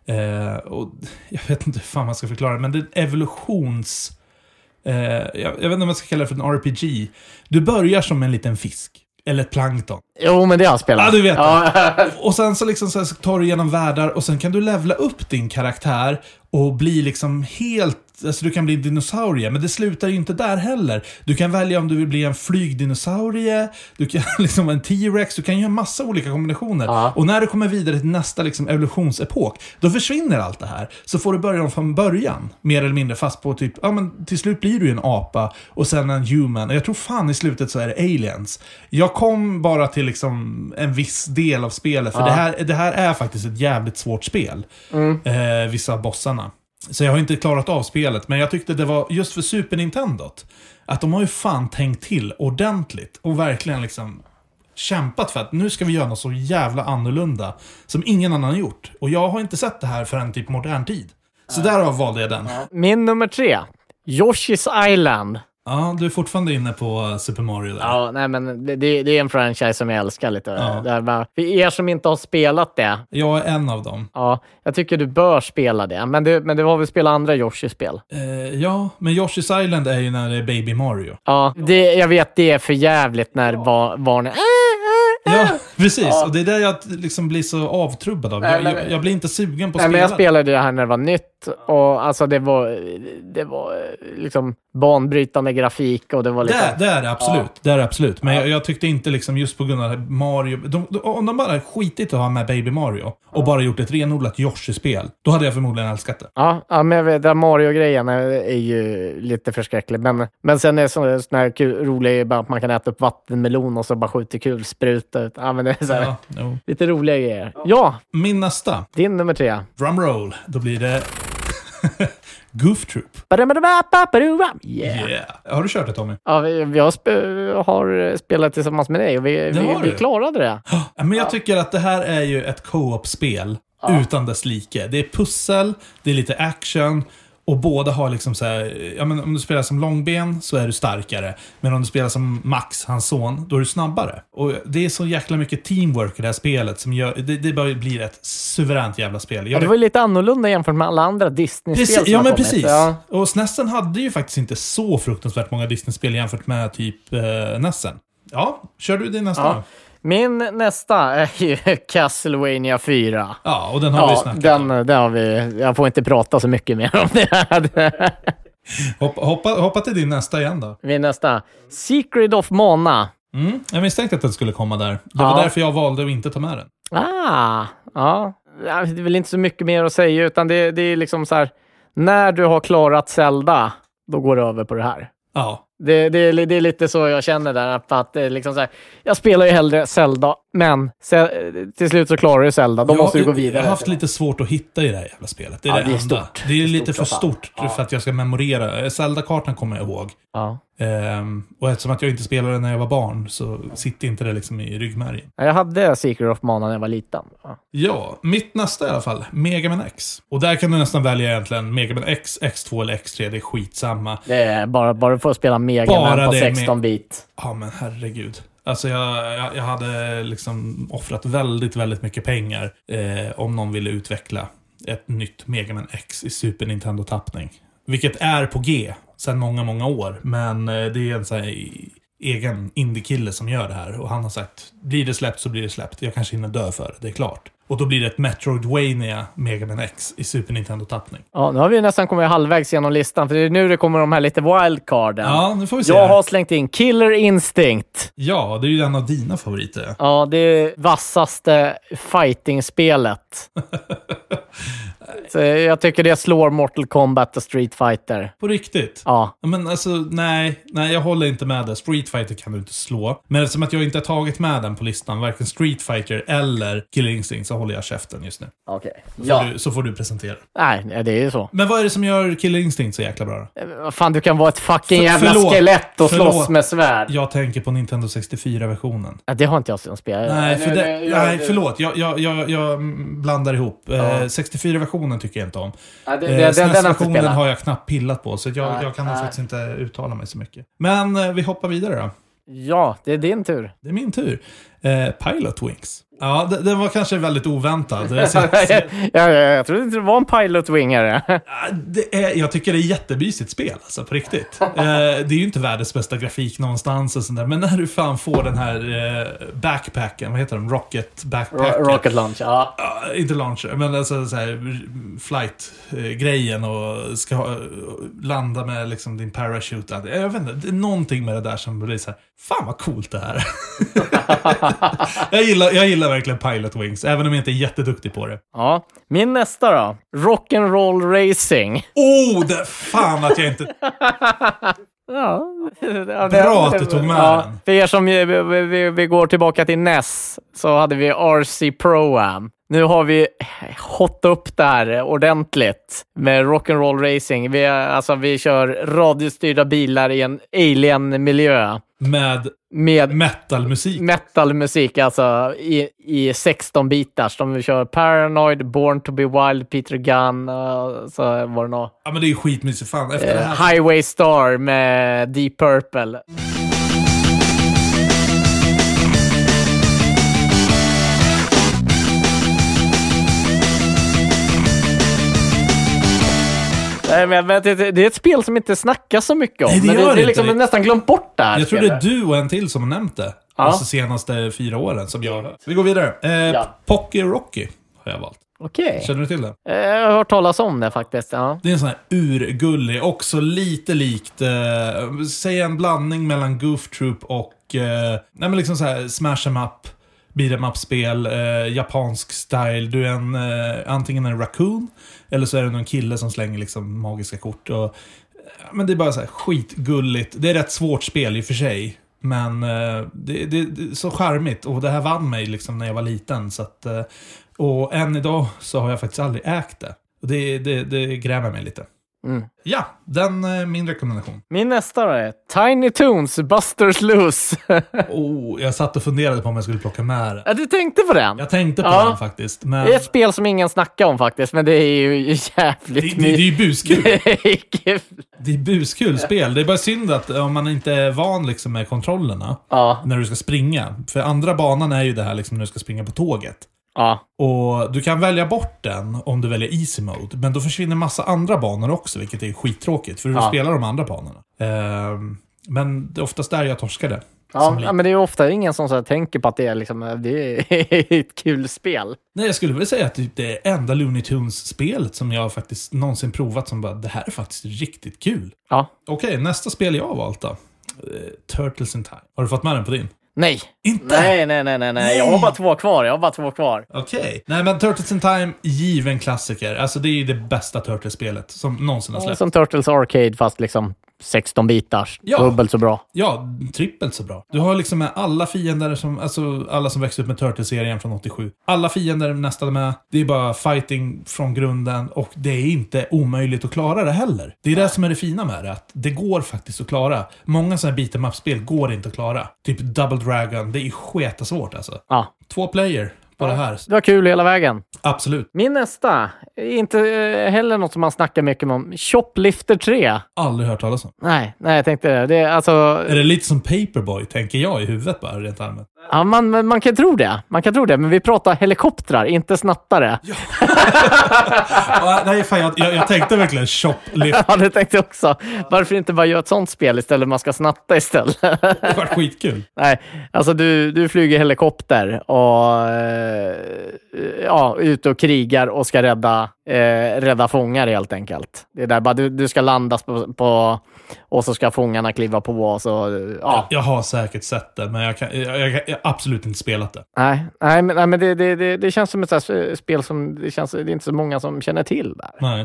[SPEAKER 2] Och jag vet inte hur fan man ska förklara det, men det är en evolutions... jag vet inte om jag ska kalla det för en RPG. Du börjar som en liten fisk. Eller ett plankton.
[SPEAKER 1] Jo, men det har jag spelat.
[SPEAKER 2] Ja, du vet det. Och sen så liksom så tar du igenom världar och sen kan du levla upp din karaktär och bli liksom helt... Alltså du kan bli en dinosaurie, men det slutar ju inte där heller. Du kan välja om du vill bli en flygdinosaurie, du kan liksom en T-Rex, du kan göra en massa olika kombinationer. Ja. Och när du kommer vidare till nästa liksom evolutionsepok, då försvinner allt det här. Så får du börja om från början, mer eller mindre, fast på typ, ja men till slut blir du en apa och sen en human. Och jag tror fan i slutet så är det aliens. Jag kom bara till liksom en viss del av spelet, för det här är faktiskt ett jävligt svårt spel. Vissa av bossarna. Så jag har inte klarat av spelet, men jag tyckte det var just för Super Nintendo att de har ju fan tänkt till ordentligt och verkligen liksom kämpat för att nu ska vi göra något så jävla annorlunda som ingen annan har gjort. Och jag har inte sett det här för en typ modern tid. Så därav valde jag den.
[SPEAKER 1] Min nummer 3, Yoshi's Island.
[SPEAKER 2] Ja, du är fortfarande inne på Super Mario där.
[SPEAKER 1] Ja, nej men det är en franchise som jag älskar lite. Ja. För er som inte har spelat det.
[SPEAKER 2] Jag är en av dem.
[SPEAKER 1] Ja, jag tycker du bör spela det. Men det var väl spela andra Yoshi-spel.
[SPEAKER 2] Ja, men Yoshi's Island är ju när det är Baby Mario.
[SPEAKER 1] Ja, jag vet det är för jävligt när barnen...
[SPEAKER 2] Ja, precis. Ja. Och det är där jag liksom blir så avtrubbad av. Jag blir inte sugen på att spela.
[SPEAKER 1] Men jag spelade det här när det var nytt och alltså det var liksom banbrytande grafik och det var lite...
[SPEAKER 2] Det är det absolut. Det är det absolut. Men jag tyckte inte liksom just på grund av Mario... Om de bara skitit att ha med Baby Mario och bara gjort ett renodlat Yoshi-spel, då hade jag förmodligen älskat det.
[SPEAKER 1] Ja, men jag vet, den Mario-grejen är ju lite förskräcklig. Men sen är det sån här rolig att man kan äta upp vattenmelon och så bara skjuter kulspruta ut. Ja, men det är så här, lite roliga grejer. Ja!
[SPEAKER 2] Min nästa.
[SPEAKER 1] Din nummer 3.
[SPEAKER 2] Drumroll. Då blir det... Goof Troop.
[SPEAKER 1] Yeah.
[SPEAKER 2] Har du kört det, Tommy?
[SPEAKER 1] Ja, vi har spelat tillsammans med dig och vi klarade det.
[SPEAKER 2] Men jag tycker att det här är ju ett co-op-spel utan dess like. Det är pussel, det är lite action och båda har liksom så här, ja, men om du spelar som långben så är du starkare, men om du spelar som Max, hans son, då är du snabbare. Och det är så jäkla mycket teamwork i det här spelet som gör, det bara blir ett suveränt jävla spel.
[SPEAKER 1] Det var ju lite annorlunda jämfört med alla andra Disney-spel.
[SPEAKER 2] Ja, men precis. Ja. Och SNESen hade ju faktiskt inte så fruktansvärt många Disney-spel jämfört med typ Nessen. Ja, kör du din nästa då?
[SPEAKER 1] Min nästa är ju Castlevania 4.
[SPEAKER 2] Ja, och den har vi snackat om.
[SPEAKER 1] Den har vi. Jag får inte prata så mycket mer om det här.
[SPEAKER 2] Hoppa till din nästa igen då.
[SPEAKER 1] Min nästa. Secret of Mana.
[SPEAKER 2] Jag misstänkte att den skulle komma där. Det var därför jag valde att inte ta med den.
[SPEAKER 1] Ja. Det är väl inte så mycket mer att säga, utan det är liksom så här. När du har klarat Zelda, då går det över på det här.
[SPEAKER 2] Ja.
[SPEAKER 1] Det är lite så jag känner där, att det är liksom så här, jag spelar ju hellre Zelda, men till slut så klarar du Zelda, då måste du gå vidare.
[SPEAKER 2] Jag har haft lite svårt att hitta i det här jävla spelet. Det är det är stort. Det är lite för stort för att jag ska memorera. Zelda-kartan kommer jag ihåg.
[SPEAKER 1] Ja.
[SPEAKER 2] Och eftersom att jag inte spelade när jag var barn så sitter inte det liksom i ryggmärgen.
[SPEAKER 1] Jag hade Secret of Mana när jag var liten.
[SPEAKER 2] Ja, mitt nästa i alla fall, Mega Man X. Och där kan du nästan välja egentligen Mega Man X, X2 eller X3, det är skitsamma. Det är bara för att spela Mega Man på 16-bit. Ja, men herregud. Alltså jag hade liksom offrat väldigt, väldigt mycket pengar om någon ville utveckla ett nytt Mega Man X i Super Nintendo-tappning. Vilket är på G sedan många, många år. Men det är en sån här egen indie-kille som gör det här. Och han har sagt, blir det släppt så blir det släppt. Jag kanske hinner dö för det är klart. Och då blir det ett Metroidvania Mega Man X i Super Nintendo-tappning. Ja,
[SPEAKER 1] nu har vi nästan kommit halvvägs genom listan. För det är nu det kommer de här lite wildcarden.
[SPEAKER 2] Ja, nu får vi se.
[SPEAKER 1] Jag har slängt in Killer Instinct.
[SPEAKER 2] Ja, det är ju en av dina favoriter.
[SPEAKER 1] Ja, det är vassaste fighting-spelet. Så jag tycker det slår Mortal Kombat och Street Fighter.
[SPEAKER 2] På riktigt?
[SPEAKER 1] Ja.
[SPEAKER 2] Men alltså, nej, jag håller inte med det. Street Fighter kan du inte slå. Men eftersom att jag inte har tagit med den på listan, varken Street Fighter eller Killer Instinct, så håller jag käften just nu.
[SPEAKER 1] Okej.
[SPEAKER 2] Så får du presentera.
[SPEAKER 1] Nej, det är ju så.
[SPEAKER 2] Men vad är det som gör Killer Instinct så jäkla bra då?
[SPEAKER 1] Fan, du kan vara ett fucking jävla skelett och slåss med svärd.
[SPEAKER 2] Jag tänker på Nintendo 64-versionen.
[SPEAKER 1] Ja, det har inte jag som spelat.
[SPEAKER 2] Nej, förlåt. Jag blandar ihop. 64-versionen tycker jag inte om.
[SPEAKER 1] Ja, den
[SPEAKER 2] versionen har jag knappt pillat på, så jag kan faktiskt inte uttala mig så mycket. Men vi hoppar vidare då.
[SPEAKER 1] Ja, det är din tur.
[SPEAKER 2] Det är min tur. Pilot Wings. Ja, det var kanske väldigt oväntad.
[SPEAKER 1] Jag trodde inte det var en pilotwingare.
[SPEAKER 2] Jag tycker det är jättebysigt spel, alltså, på riktigt. Det är ju inte världens bästa grafik någonstans och sånt där, men när du fan får den här backpacken, vad heter den? Rocket backpacken.
[SPEAKER 1] Rocket launch, ja.
[SPEAKER 2] Inte launcher, men alltså så här flight-grejen och ska landa med liksom din parachute. Jag vet inte, det är någonting med det där som blir så här, fan vad coolt det här. Jag gillar verkligen Pilot Wings, även om jag inte är jätteduktig på det.
[SPEAKER 1] Ja, min nästa då. Rock'n'Roll Racing.
[SPEAKER 2] Det fan att jag inte...
[SPEAKER 1] Ja,
[SPEAKER 2] bra att du tog med den.
[SPEAKER 1] För er som vi går tillbaka till NES, så hade vi RC Pro-Am. Nu har vi hotat upp det här ordentligt med Rock'n'Roll Racing. Vi kör radiostyrda bilar i en alien-miljö. Med metalmusik. Metalmusik, alltså i 16 bitar. De kör Paranoid, Born to be Wild, Peter Gunn, så var det något.
[SPEAKER 2] Ja, men det är ju skitmysigt fan efter det här.
[SPEAKER 1] Highway Star med Deep Purple. Men det är ett spel som inte snackas så mycket om.
[SPEAKER 2] Nej,
[SPEAKER 1] det är liksom nästan glömt bort där.
[SPEAKER 2] Jag tror det är du och en till som har nämnt det. Alltså senaste 4 åren som jag... Vi går vidare. Pocky Rocky har jag valt.
[SPEAKER 1] Okej.
[SPEAKER 2] Känner du till det?
[SPEAKER 1] Jag har hört talas om det faktiskt, ja.
[SPEAKER 2] Det är en sån här urgullig, också lite likt, säg en blandning mellan Goof Troop och, nej men liksom så här smash em up, beat em up-spel, japansk style. Du är antingen en raccoon, eller så är det någon kille som slänger liksom magiska kort. Och, men det är bara så här skitgulligt. Det är rätt svårt spel i och för sig. Men det är så charmigt. Och det här vann mig liksom när jag var liten. Så att, och än idag så har jag faktiskt aldrig ägt det. Och det gräver mig lite. Ja, den är min rekommendation.
[SPEAKER 1] Min nästa då är Tiny Toons Busters Loose.
[SPEAKER 2] Jag satt och funderade på om jag skulle plocka med det.
[SPEAKER 1] Ja, du tänkte på den?
[SPEAKER 2] Jag tänkte på den faktiskt. Men...
[SPEAKER 1] Det är ett spel som ingen snackar om faktiskt, men det är ju jävligt...
[SPEAKER 2] Det är ju buskul.
[SPEAKER 1] Kul.
[SPEAKER 2] Det är buskul spel. Det är bara synd att om man inte är van liksom med kontrollerna när du ska springa. För andra banan är ju det här liksom när du ska springa på tåget.
[SPEAKER 1] Ja.
[SPEAKER 2] Och du kan välja bort den om du väljer easy mode. Men då försvinner massa andra banor också, vilket är skittråkigt. För du spelar de andra banorna. Men det är oftast där jag torskade.
[SPEAKER 1] Ja, men det är ju ofta ingen som så här tänker på att det är, liksom, det är ett kul spel.
[SPEAKER 2] Nej, jag skulle väl säga att det är enda Looney Tunes-spelet som jag faktiskt någonsin provat som bara, det här är faktiskt riktigt kul.
[SPEAKER 1] Ja.
[SPEAKER 2] Okej, nästa spel jag har valt då. Turtles in Time. Har du fått med den på din?
[SPEAKER 1] Nej.
[SPEAKER 2] Inte?
[SPEAKER 1] Nej. Jag har bara två kvar.
[SPEAKER 2] Okej. Nej, men Turtles in Time, given klassiker. Alltså det är ju det bästa Turtles-spelet som någonsin har släppts.
[SPEAKER 1] Som Turtles Arcade fast liksom 16 bitars.
[SPEAKER 2] Ja.
[SPEAKER 1] Dubbelt så bra.
[SPEAKER 2] Ja, trippelt så bra. Du har liksom med alla fiender som, alltså alla som växte upp med Turtles-serien från 87. Alla fiender nästan med. Det är bara fighting från grunden och det är inte omöjligt att klara det heller. Det är det som är det fina med det, att det går faktiskt att klara. Många sådana här beat em up-spel går inte att klara. Typ Double Dragon, det är sketsvårt alltså.
[SPEAKER 1] Ja.
[SPEAKER 2] 2 player på det här.
[SPEAKER 1] Det var kul hela vägen.
[SPEAKER 2] Absolut.
[SPEAKER 1] Min nästa är inte heller något som man snackar mycket om. Shoplifter 3.
[SPEAKER 2] Aldrig hört talas om.
[SPEAKER 1] Nej, jag tänkte det. Det är alltså...
[SPEAKER 2] Är det lite som Paperboy, tänker jag i huvudet bara, rent allmänt?
[SPEAKER 1] Ja, man kan tro det. Men vi pratar helikoptrar, inte snattare.
[SPEAKER 2] Ja. Nej, fan, jag tänkte verkligen shoplift.
[SPEAKER 1] Ja, det tänkte jag också. Varför inte bara göra ett sånt spel istället man ska snatta istället?
[SPEAKER 2] Det var skitkul.
[SPEAKER 1] Nej, alltså du flyger helikopter och ut och krigar och ska rädda fångar helt enkelt. Det är där bara du ska landas på och så ska fångarna kliva på och så
[SPEAKER 2] Jag har säkert sett det, men jag har absolut inte spelat det.
[SPEAKER 1] Nej, men det känns som ett sånt här spel som det är inte så många som känner till där.
[SPEAKER 2] Nej.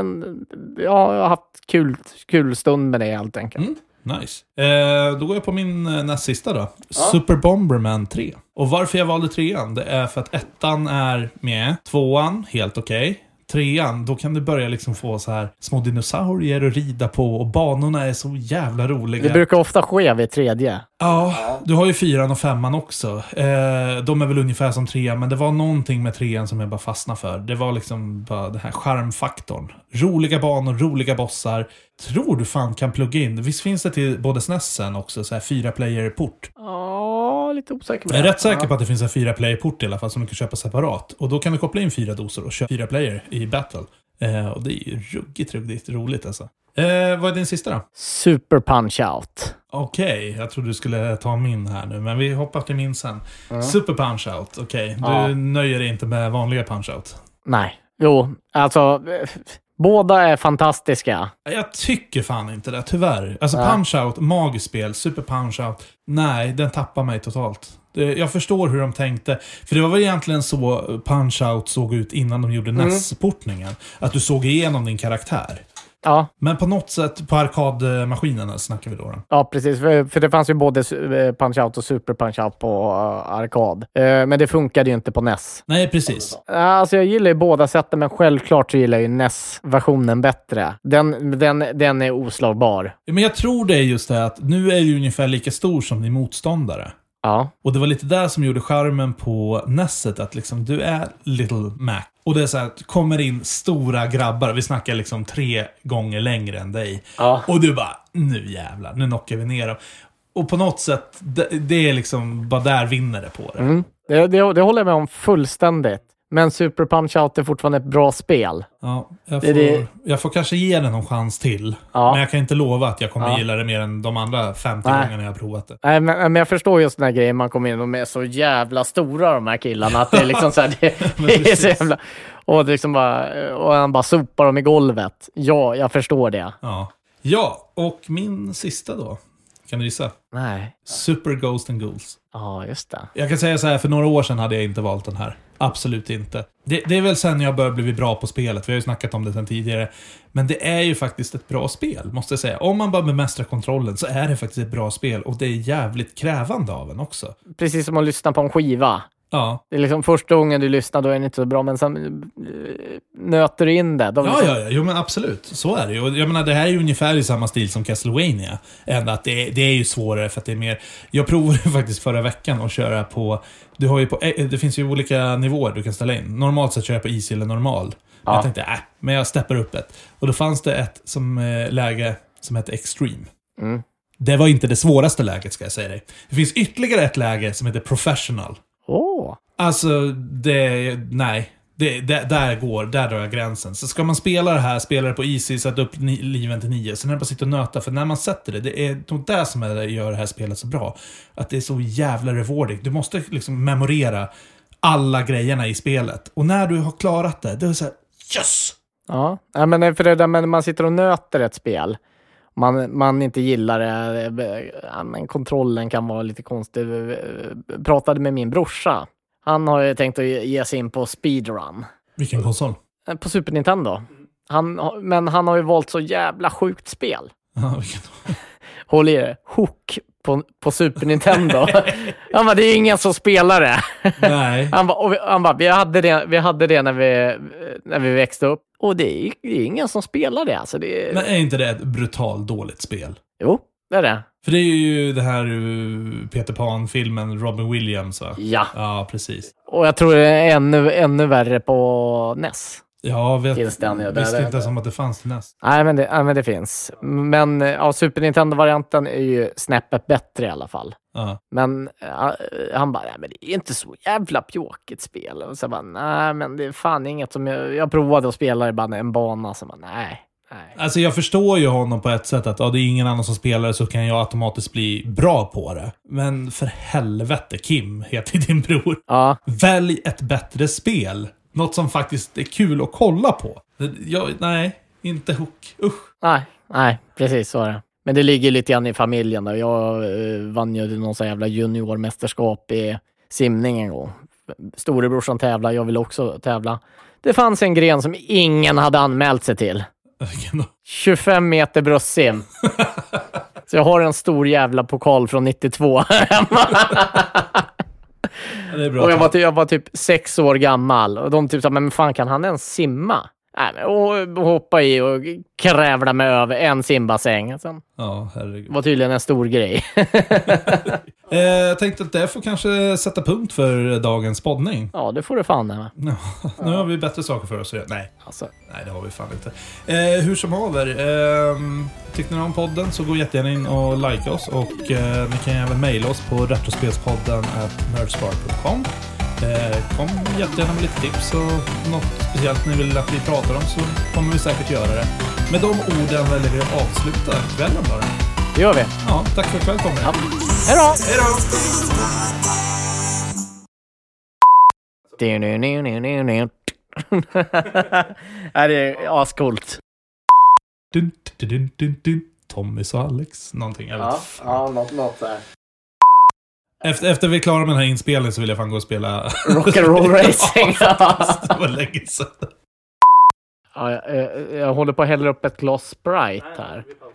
[SPEAKER 1] Jag har haft kul stund med det helt enkelt.
[SPEAKER 2] Nice. Då går jag på min näst sista då. Super Bomberman 3. Och varför jag valde 3an, det är för att 1an är med, 2an helt okej. 3an, då kan du börja liksom få så här små dinosaurier att rida på och banorna är så jävla roliga.
[SPEAKER 1] Det brukar ofta ske vid 3D.
[SPEAKER 2] Ja, du har ju 4an och 5an också. De är väl ungefär som 3an, men det var någonting med 3an som jag bara fastnade för. Det var liksom bara den här charmfaktorn. Roliga banor, roliga bossar. Tror du fan kan plugga in. Visst finns det till både SNESen också, så här 4-player-port?
[SPEAKER 1] Ja, lite osäker på det.
[SPEAKER 2] Jag är rätt säker på att det finns en 4-player-port i alla fall som du kan köpa separat. Och då kan du koppla in 4 doser och köpa 4-player i Battle. Och det är ju ruggigt roligt alltså. Vad är din sista då?
[SPEAKER 1] Super Punch-Out.
[SPEAKER 2] Okej, jag tror du skulle ta min här nu, men vi hoppar till min sen. Super Punch-Out, okej. Du nöjer dig inte med vanliga Punch-Out?
[SPEAKER 1] Nej, alltså... Båda är fantastiska.
[SPEAKER 2] Jag tycker fan inte det, tyvärr. Alltså Punch-Out, magiskt spel, Super Punch-Out. Nej, den tappar mig totalt. Jag förstår hur de tänkte. För det var väl egentligen så Punch-Out såg ut innan de gjorde NES-portningen. Att du såg igenom din karaktär.
[SPEAKER 1] Ja.
[SPEAKER 2] Men på något sätt, på arkadmaskinerna snackar vi då.
[SPEAKER 1] Ja, precis. För det fanns ju både Punch-Out och Super Punch-Out på arkad. Men det funkade ju inte på NES.
[SPEAKER 2] Nej, precis.
[SPEAKER 1] Alltså jag gillar ju båda sätten, men självklart så gillar jag ju NES-versionen bättre. Den är oslagbar.
[SPEAKER 2] Men jag tror det är just det att nu är du ungefär lika stor som din motståndare.
[SPEAKER 1] Ja.
[SPEAKER 2] Och det var lite där som gjorde charmen på NESet, att liksom du är Little Mac. Och det är så här, kommer in stora grabbar, vi snackar liksom 3 gånger längre än dig.
[SPEAKER 1] Ja.
[SPEAKER 2] Och du bara, nu jävlar, nu knockar vi ner dem. Och på något sätt, det är liksom bara där vinner det på det.
[SPEAKER 1] Det håller jag med om fullständigt. Men Super Punch-Out är fortfarande ett bra spel.
[SPEAKER 2] Ja,
[SPEAKER 1] Det-
[SPEAKER 2] jag får kanske ge den någon chans till.
[SPEAKER 1] Ja.
[SPEAKER 2] Men jag kan inte lova att jag kommer
[SPEAKER 1] Ja.
[SPEAKER 2] gilla det mer än de andra 50
[SPEAKER 1] Nej.
[SPEAKER 2] gångerna jag har provat det.
[SPEAKER 1] Nej, men jag förstår just den här grejen. Man kommer in, de är så jävla stora de här killarna. Att det är liksom så här, det är så jävla... Och, det liksom bara, och han bara sopar dem i golvet. Ja, jag förstår det.
[SPEAKER 2] Ja, och min sista då. Kan du gissa?
[SPEAKER 1] Nej.
[SPEAKER 2] Super Ghost and Ghouls.
[SPEAKER 1] Ja, just det.
[SPEAKER 2] Jag kan säga så här, för några år sedan hade jag inte valt den här. Absolut inte. Det är väl sen jag började bli bra på spelet. Vi har ju snackat om det sen tidigare. Men det är ju faktiskt ett bra spel, måste jag säga. Om man bara bemästrar kontrollen så är det faktiskt ett bra spel. Och det är jävligt krävande av en också.
[SPEAKER 1] Precis som att lyssna på en skiva.
[SPEAKER 2] Ja.
[SPEAKER 1] Det är liksom första gången du lyssnar, då är det inte så bra. Men sen nöter du in det. Då liksom...
[SPEAKER 2] Ja, jo men absolut. Så är det ju. Och jag menar, det här är ju ungefär i samma stil som Castlevania. Än att det är ju svårare för att det är mer... Jag provade ju faktiskt förra veckan att köra på... Du har ju det finns ju olika nivåer du kan ställa in. Normalt sett kör jag på easy eller normal. Men jag tänkte, men jag steppar upp ett. Och då fanns det ett läge som hette Extreme.
[SPEAKER 1] Mm.
[SPEAKER 2] Det var inte det svåraste läget, ska jag säga dig. Det finns ytterligare ett läge som heter Professional. Alltså, nej. Där drar jag gränsen. Så ska man spela det här, spela det på easy, sätta upp liven till 9. Sen är det bara sitta och nöta. För när man sätter det är nog det som gör det här spelet så bra. Att det är så jävla rewarding. Du måste liksom memorera alla grejerna i spelet. Och när du har klarat det, då är det så här, yes!
[SPEAKER 1] Ja, men för det där med man sitter och nöter ett spel. Man inte gillar det. Ja, men kontrollen kan vara lite konstig. Pratade med min brorsa. Han har ju tänkt att ge sig in på speedrun.
[SPEAKER 2] Vilken konsol?
[SPEAKER 1] På Super Nintendo. Men han har ju valt så jävla sjukt spel.
[SPEAKER 2] Ja, vilken...
[SPEAKER 1] Håll i det. Hook på Super Nintendo. Han bara, det är ingen som spelar det.
[SPEAKER 2] Nej.
[SPEAKER 1] Han bara, vi hade det när vi växte upp. Och det är ingen som spelar det. Alltså det är...
[SPEAKER 2] Men är inte det ett brutalt dåligt spel?
[SPEAKER 1] Jo, det är det.
[SPEAKER 2] För det är ju det här Peter Pan-filmen Robin Williams, va?
[SPEAKER 1] Ja.
[SPEAKER 2] Ja, precis.
[SPEAKER 1] Och jag tror det är ännu värre på NES.
[SPEAKER 2] Ja,
[SPEAKER 1] Finns den, ja,
[SPEAKER 2] visste inte som att det fanns till NES.
[SPEAKER 1] Nej, men det finns. Men Super Nintendo-varianten är ju snäppet bättre i alla fall.
[SPEAKER 2] Ja.
[SPEAKER 1] Men han bara, nej, men det är inte så jävla pjåkigt spel. Och så bara, nej, men det är fan inget som jag provade att spela i bara en bana. Så bara, nej.
[SPEAKER 2] Alltså jag förstår ju honom på ett sätt att det är ingen annan som spelar, så kan jag automatiskt bli bra på det. Men för helvete, Kim heter din bror.
[SPEAKER 1] Ja.
[SPEAKER 2] Välj ett bättre spel. Något som faktiskt är kul att kolla på. Nej, inte Hook. Usch.
[SPEAKER 1] Nej, precis så är det. Men det ligger lite grann i familjen där. Jag vann ju någon sån jävla juniormästerskap i simning en gång. Storebrorsan tävlar, jag vill också tävla. Det fanns en gren som ingen hade anmält sig till. 25 meter bröstsim. Så jag har en stor jävla pokal från 92 hemma.
[SPEAKER 2] Det är bra.
[SPEAKER 1] Och jag var typ 6 år gammal. Och de typ sa, men fan, kan han ens simma? Och hoppa i och krävla mig över en simbassäng. Sen
[SPEAKER 2] Ja, herregud.
[SPEAKER 1] var tydligen en stor grej.
[SPEAKER 2] Jag tänkte att det får kanske sätta punkt för dagens poddning.
[SPEAKER 1] Ja, det får du fan med.
[SPEAKER 2] Ja, nu har vi bättre saker för oss att göra. Nej, det har vi fan inte. Hur som haver, tyckte ni om podden så gå jättegärna in och like oss. Och ni kan även mejla oss på retrospelspodden@nerdspark.com. Kom jättegärna med lite tips och något speciellt ni vill att vi pratar om, så kommer vi säkert göra det. Med de orden väljer vi att avsluta kvällen bara.
[SPEAKER 1] Det gör vi.
[SPEAKER 2] Ja, tack för ikväll, Tommy.
[SPEAKER 1] Ja. Hej då! Det är ascoolt.
[SPEAKER 2] Dun. Tommys och Alex. Någonting, jag vet.
[SPEAKER 1] Ja, något där.
[SPEAKER 2] Efter vi är klara med den här inspelningen så vill jag fan gå och spela
[SPEAKER 1] Rock'n'roll racing.
[SPEAKER 2] Det var länge sedan.
[SPEAKER 1] Ja, jag håller på att hälla upp ett glas Sprite här.